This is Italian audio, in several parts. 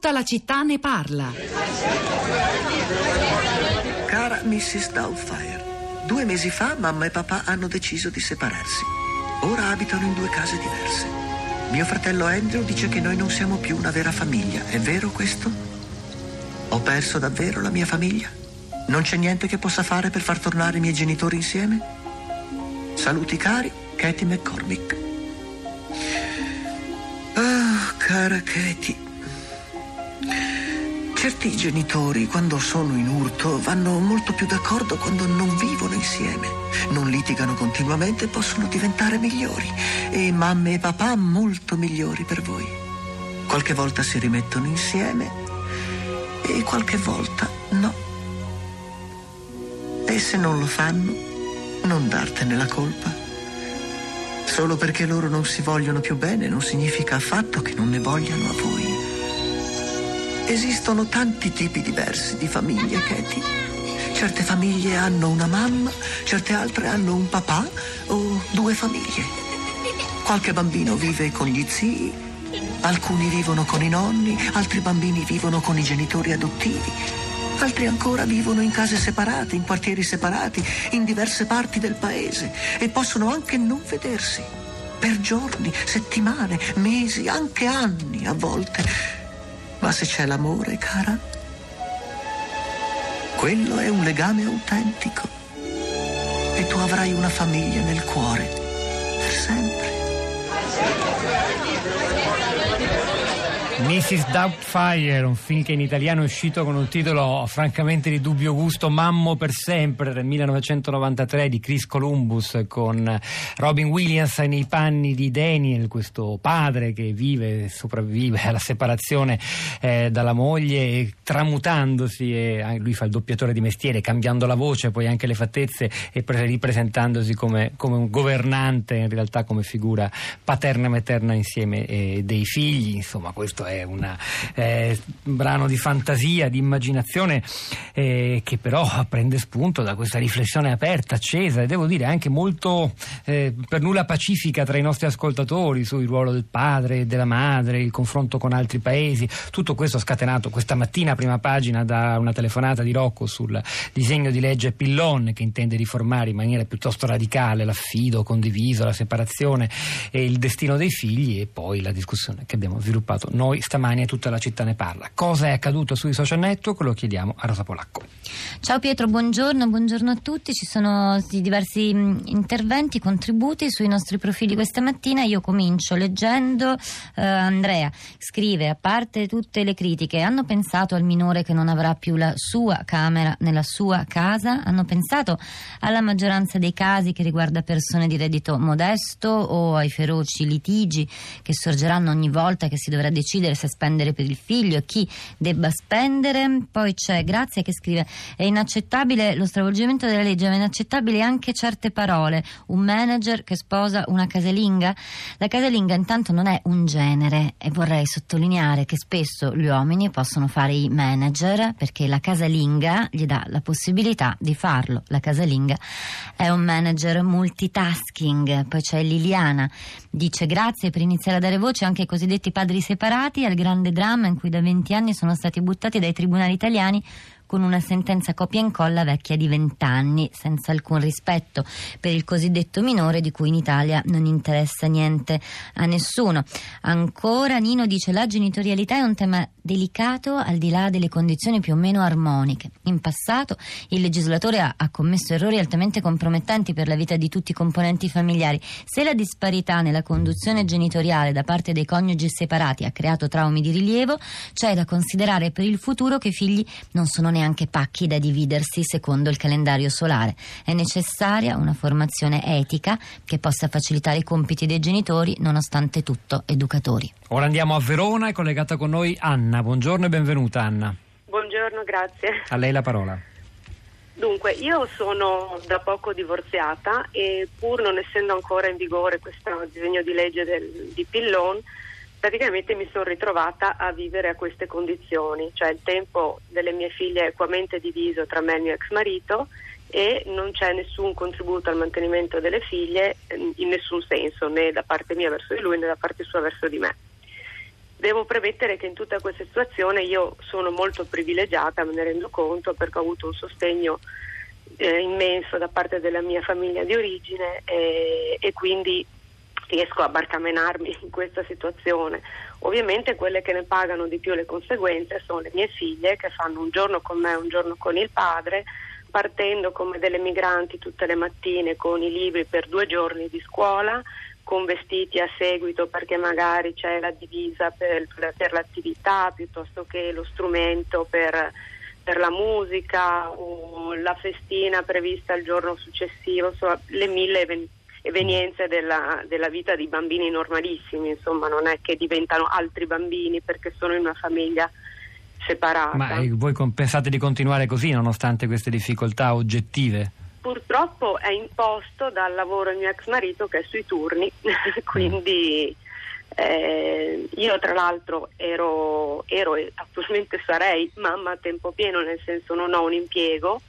Tutta la città ne parla. Cara Mrs. Doubtfire, 2 mesi fa mamma e papà hanno deciso di separarsi. Ora abitano in 2 case diverse. Mio fratello Andrew dice che noi non siamo più una vera famiglia. È vero questo? Ho perso davvero la mia famiglia? Non c'è niente che possa fare per far tornare i miei genitori insieme? Saluti cari, Katie McCormick. Ah, cara Katie. Certi genitori, quando sono in urto, vanno molto più d'accordo quando non vivono insieme. Non litigano continuamente e possono diventare migliori. E mamme e papà molto migliori per voi. Qualche volta si rimettono insieme e qualche volta no. E se non lo fanno, non dartene la colpa. Solo perché loro non si vogliono più bene non significa affatto che non ne vogliano a voi. Esistono tanti tipi diversi di famiglie, Katie. Certe famiglie hanno una mamma, certe altre hanno un papà o 2 famiglie. Qualche bambino vive con gli zii, alcuni vivono con i nonni, altri bambini vivono con i genitori adottivi, altri ancora vivono in case separate, in quartieri separati, in diverse parti del paese e possono anche non vedersi per giorni, settimane, mesi, anche anni a volte. Ma se c'è l'amore, cara, quello è un legame autentico e tu avrai una famiglia nel cuore per sempre. Mrs. Doubtfire, un film che in italiano è uscito con un titolo francamente di dubbio gusto, Mammo per sempre, del 1993 di Chris Columbus, con Robin Williams nei panni di Daniel, questo padre che sopravvive alla separazione dalla moglie e tramutandosi, e lui fa il doppiatore di mestiere, cambiando la voce, poi anche le fattezze e ripresentandosi come un governante, in realtà come figura paterna e materna insieme dei figli. Insomma, questo è un brano di fantasia, di immaginazione, che però prende spunto da questa riflessione aperta, accesa e devo dire anche molto per nulla pacifica tra i nostri ascoltatori sul ruolo del padre e della madre, il confronto con altri paesi. Tutto questo scatenato questa mattina a prima pagina da una telefonata di Rocco sul disegno di legge Pillon, che intende riformare in maniera piuttosto radicale l'affido condiviso, la separazione e il destino dei figli, e poi la discussione che abbiamo sviluppato noi stamani e Tutta la città ne parla. Cosa è accaduto sui social network? Lo chiediamo a Rosa Polacco. Ciao Pietro, buongiorno a tutti. Ci sono diversi interventi, contributi sui nostri profili questa mattina. Io comincio leggendo Andrea scrive: a parte tutte le critiche, hanno pensato al minore che non avrà più la sua camera nella sua casa? Hanno pensato alla maggioranza dei casi che riguarda persone di reddito modesto o ai feroci litigi che sorgeranno ogni volta che si dovrà decidere se spendere per il figlio e chi debba spendere? Poi c'è Grazia che scrive: è inaccettabile lo stravolgimento della legge, ma è inaccettabile anche certe parole. Un manager che sposa una casalinga? La casalinga intanto non è un genere, e vorrei sottolineare che spesso gli uomini possono fare i manager perché la casalinga gli dà la possibilità di farlo. La casalinga è un manager multitasking. Poi c'è Liliana, dice: grazie per iniziare a dare voce anche ai cosiddetti padri separati, al grande dramma in cui da 20 anni sono stati buttati dai tribunali italiani con una sentenza copia e incolla vecchia di 20 anni, senza alcun rispetto per il cosiddetto minore, di cui in Italia non interessa niente a nessuno. Ancora Nino dice: la genitorialità è un tema delicato al di là delle condizioni più o meno armoniche. In passato il legislatore ha commesso errori altamente compromettenti per la vita di tutti i componenti familiari. Se la disparità nella conduzione genitoriale da parte dei coniugi separati ha creato traumi di rilievo, c'è da considerare per il futuro che i figli non sono neanche pacchi da dividersi secondo il calendario solare. È necessaria una formazione etica che possa facilitare i compiti dei genitori, nonostante tutto educatori. Ora andiamo a Verona, è collegata con noi Anna. Buongiorno e benvenuta, Anna. Buongiorno, grazie. A lei la parola. Dunque, io sono da poco divorziata e pur non essendo ancora in vigore questo disegno di legge di Pillon, praticamente mi sono ritrovata a vivere a queste condizioni, cioè il tempo delle mie figlie è equamente diviso tra me e il mio ex marito e non c'è nessun contributo al mantenimento delle figlie in nessun senso, né da parte mia verso di lui né da parte sua verso di me. Devo premettere che in tutta questa situazione io sono molto privilegiata, me ne rendo conto, perché ho avuto un sostegno immenso da parte della mia famiglia di origine e quindi riesco a barcamenarmi in questa situazione. Ovviamente quelle che ne pagano di più le conseguenze sono le mie figlie, che fanno un giorno con me, un giorno con il padre, partendo come delle migranti tutte le mattine con i libri per 2 giorni di scuola, con vestiti a seguito perché magari c'è la divisa per l'attività piuttosto che lo strumento per la musica o la festina prevista il giorno successivo, insomma le 1000 evenienze della vita di bambini normalissimi, insomma non è che diventano altri bambini perché sono in una famiglia separata. Ma voi pensate di continuare così nonostante queste difficoltà oggettive? Purtroppo è imposto dal lavoro del mio ex marito che è sui turni, quindi io tra l'altro ero e attualmente sarei mamma a tempo pieno, nel senso non ho un impiego,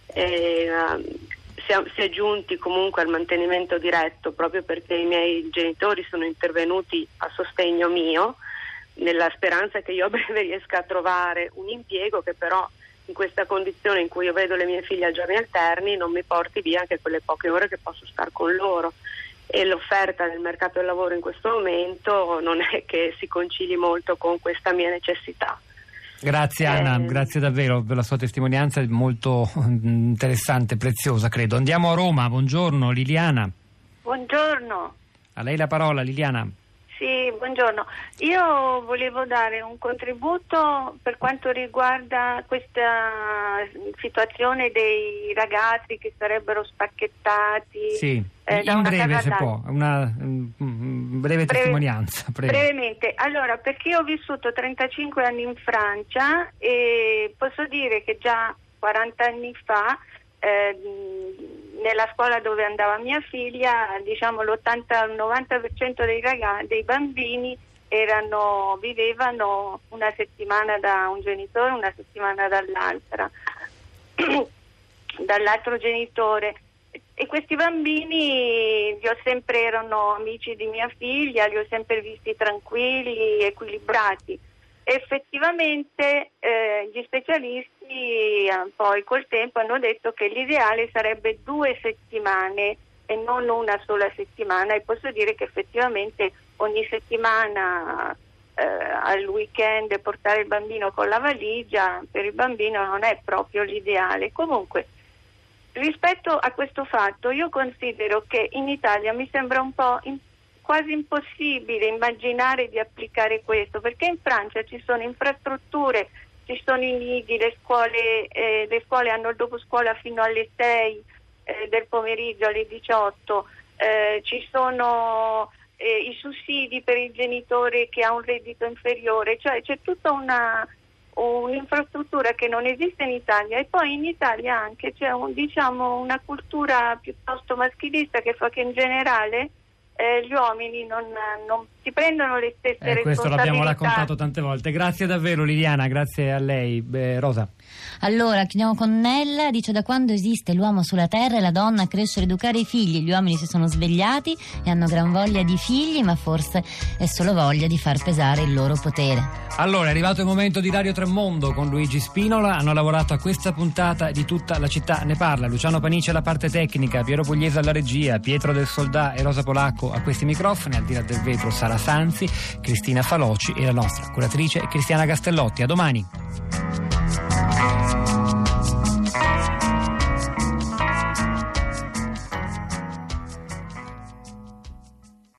si è giunti comunque al mantenimento diretto proprio perché i miei genitori sono intervenuti a sostegno mio, nella speranza che io a breve riesca a trovare un impiego che però in questa condizione in cui io vedo le mie figlie a giorni alterni non mi porti via anche quelle poche ore che posso star con loro, e l'offerta del mercato del lavoro in questo momento non è che si concili molto con questa mia necessità. Grazie Anna, grazie davvero per la sua testimonianza, molto interessante, preziosa credo. Andiamo a Roma, buongiorno Liliana. Buongiorno. A lei la parola, Liliana. Sì, buongiorno. Io volevo dare un contributo per quanto riguarda questa situazione dei ragazzi che sarebbero spacchettati. Sì, in breve se può, una breve testimonianza. Brevemente, allora, perché io ho vissuto 35 anni in Francia e posso dire che già 40 anni fa nella scuola dove andava mia figlia, diciamo l'80-90% dei bambini vivevano una settimana da un genitore, una settimana dall'altro genitore, e questi bambini erano amici di mia figlia, li ho sempre visti tranquilli, equilibrati. Effettivamente gli specialisti poi col tempo hanno detto che l'ideale sarebbe 2 settimane e non una sola settimana, e posso dire che effettivamente ogni settimana al weekend portare il bambino con la valigia per il bambino non è proprio l'ideale. Comunque, rispetto a questo fatto, io considero che in Italia mi sembra un po' quasi impossibile immaginare di applicare questo, perché in Francia ci sono infrastrutture, ci sono i nidi, le scuole hanno il doposcuola fino alle 6 del pomeriggio, alle 18, ci sono i sussidi per il genitore che ha un reddito inferiore, cioè c'è tutta un'infrastruttura che non esiste in Italia, e poi in Italia anche c'è una cultura piuttosto maschilista che fa che in generale gli uomini non si prendono le stesse responsabilità. Questo l'abbiamo raccontato tante volte. Grazie davvero Liliana, grazie a lei. Rosa. Allora, chiudiamo con Nella, dice: da quando esiste l'uomo sulla terra e la donna a crescere ed educare i figli, gli uomini si sono svegliati e hanno gran voglia di figli, ma forse è solo voglia di far pesare il loro potere. Allora, è arrivato il momento di Radio Tremondo con Luigi Spinola. Hanno lavorato a questa puntata di Tutta la città ne parla. Luciano Panici alla parte tecnica, Piero Pugliese alla regia, Pietro del Soldà e Rosa Polacco a questi microfoni. Al di là del vetro Sara Sanzi, Cristina Faloci e la nostra curatrice Cristiana Castellotti. A domani.